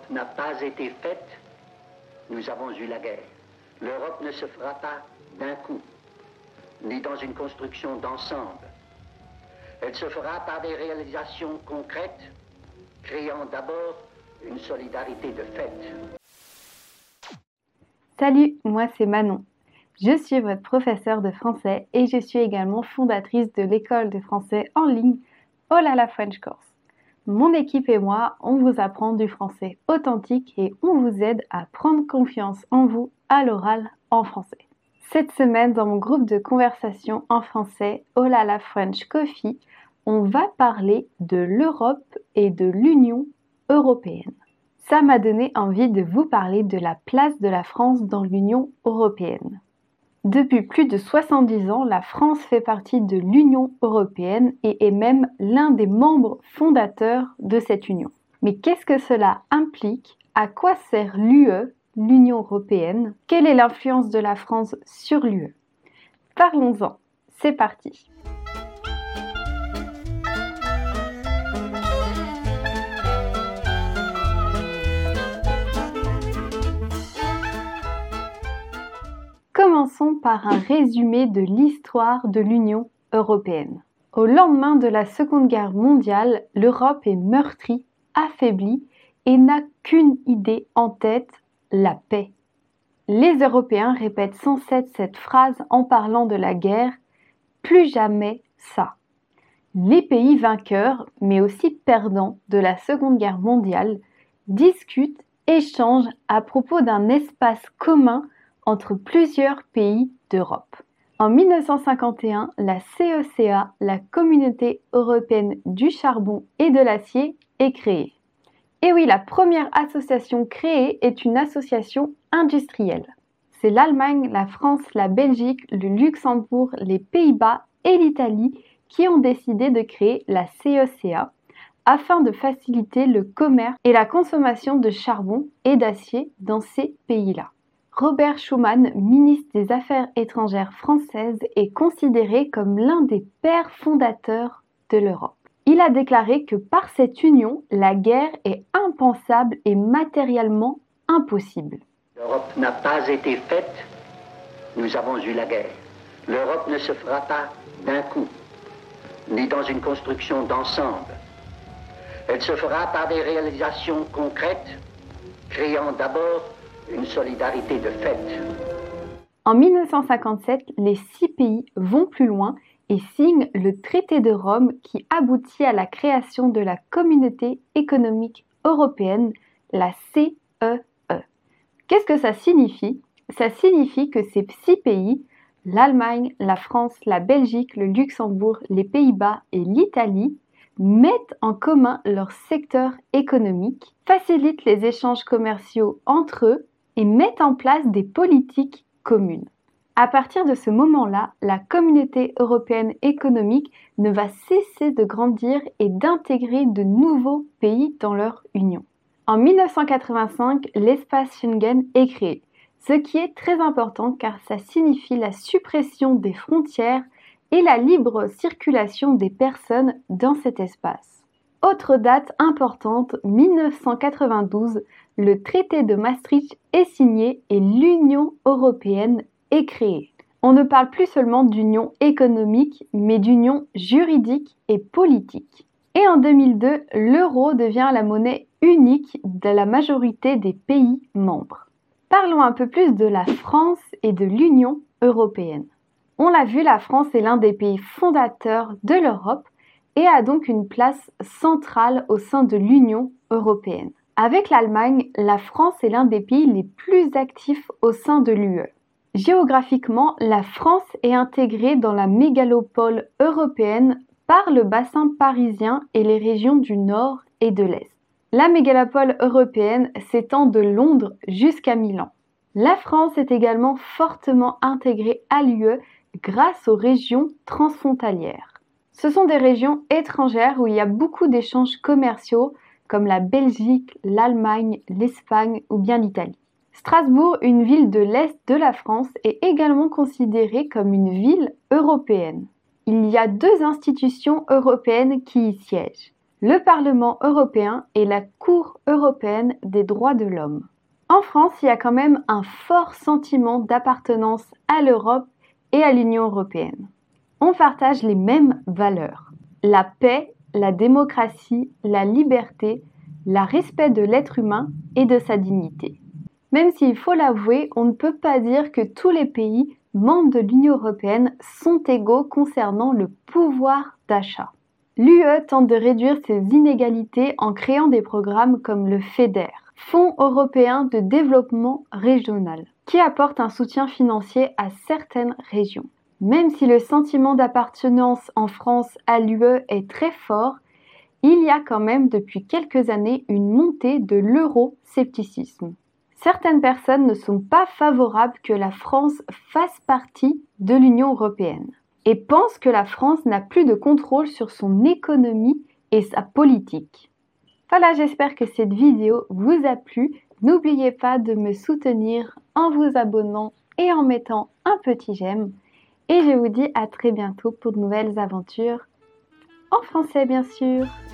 n'a pas été faite, nous avons eu la guerre. L'Europe ne se fera pas d'un coup, ni dans une construction d'ensemble. Elle se fera par des réalisations concrètes, créant d'abord une solidarité de fait. Salut, moi c'est Manon. Je suis votre professeure de français et je suis également fondatrice de l'école de français en ligne Oh là là French Course. Mon équipe et moi, on vous apprend du français authentique et on vous aide à prendre confiance en vous à l'oral en français. Cette semaine, dans mon groupe de conversation en français Oh là là French Coffee, on va parler de l'Europe et de l'Union européenne. Ça m'a donné envie de vous parler de la place de la France dans l'Union européenne. Depuis plus de 70 ans, la France fait partie de l'Union européenne et est même l'un des membres fondateurs de cette union. Mais qu'est-ce que cela implique? À quoi sert l'UE, l'Union européenne? Quelle est l'influence de la France sur l'UE? Parlons-en, c'est parti! Commençons par un résumé de l'histoire de l'Union européenne. Au lendemain de la Seconde Guerre mondiale, l'Europe est meurtrie, affaiblie et n'a qu'une idée en tête, la paix. Les Européens répètent sans cesse cette phrase en parlant de la guerre, plus jamais ça. Les pays vainqueurs, mais aussi perdants de la Seconde Guerre mondiale, discutent, échangent à propos d'un espace commun entre plusieurs pays d'Europe. En 1951, la CECA, la Communauté européenne du charbon et de l'acier, est créée. Et oui, la première association créée est une association industrielle. C'est l'Allemagne, la France, la Belgique, le Luxembourg, les Pays-Bas et l'Italie qui ont décidé de créer la CECA afin de faciliter le commerce et la consommation de charbon et d'acier dans ces pays-là. Robert Schuman, ministre des Affaires étrangères françaises, est considéré comme l'un des pères fondateurs de l'Europe. Il a déclaré que par cette union, la guerre est impensable et matériellement impossible. L'Europe n'a pas été faite, nous avons eu la guerre. L'Europe ne se fera pas d'un coup, ni dans une construction d'ensemble. Elle se fera par des réalisations concrètes, créant d'abord une solidarité de fait. En 1957, les 6 pays vont plus loin et signent le traité de Rome qui aboutit à la création de la Communauté économique européenne, la CEE. Qu'est-ce que ça signifie? Ça signifie que ces 6 pays, l'Allemagne, la France, la Belgique, le Luxembourg, les Pays-Bas et l'Italie, mettent en commun leur secteur économique, facilitent les échanges commerciaux entre eux et mettent en place des politiques communes. À partir de ce moment-là, la Communauté européenne économique ne va cesser de grandir et d'intégrer de nouveaux pays dans leur union. En 1985, l'espace Schengen est créé, ce qui est très important car ça signifie la suppression des frontières et la libre circulation des personnes dans cet espace. Autre date importante, 1992, le traité de Maastricht est signé et l'Union européenne est créée. On ne parle plus seulement d'union économique, mais d'union juridique et politique. Et en 2002, l'euro devient la monnaie unique de la majorité des pays membres. Parlons un peu plus de la France et de l'Union européenne. On l'a vu, la France est l'un des pays fondateurs de l'Europe et a donc une place centrale au sein de l'Union européenne. Avec l'Allemagne, la France est l'un des pays les plus actifs au sein de l'UE. Géographiquement, la France est intégrée dans la mégalopole européenne par le bassin parisien et les régions du Nord et de l'Est. La mégalopole européenne s'étend de Londres jusqu'à Milan. La France est également fortement intégrée à l'UE grâce aux régions transfrontalières. Ce sont des régions étrangères où il y a beaucoup d'échanges commerciaux comme la Belgique, l'Allemagne, l'Espagne ou bien l'Italie. Strasbourg, une ville de l'Est de la France, est également considérée comme une ville européenne. Il y a 2 institutions européennes qui y siègent. le Parlement européen et la Cour européenne des droits de l'homme. En France, il y a quand même un fort sentiment d'appartenance à l'Europe et à l'Union européenne. On partage les mêmes valeurs: la paix, la démocratie, la liberté, le respect de l'être humain et de sa dignité. Même s'il faut l'avouer, on ne peut pas dire que tous les pays membres de l'Union européenne sont égaux concernant le pouvoir d'achat. L'UE tente de réduire ces inégalités en créant des programmes comme le FEDER, Fonds européen de développement régional, qui apporte un soutien financier à certaines régions. Même si le sentiment d'appartenance en France à l'UE est très fort, il y a quand même depuis quelques années une montée de l'euroscepticisme. Certaines personnes ne sont pas favorables que la France fasse partie de l'Union européenne et pensent que la France n'a plus de contrôle sur son économie et sa politique. Voilà, j'espère que cette vidéo vous a plu. N'oubliez pas de me soutenir en vous abonnant et en mettant un petit j'aime. Et je vous dis à très bientôt pour de nouvelles aventures, en français bien sûr.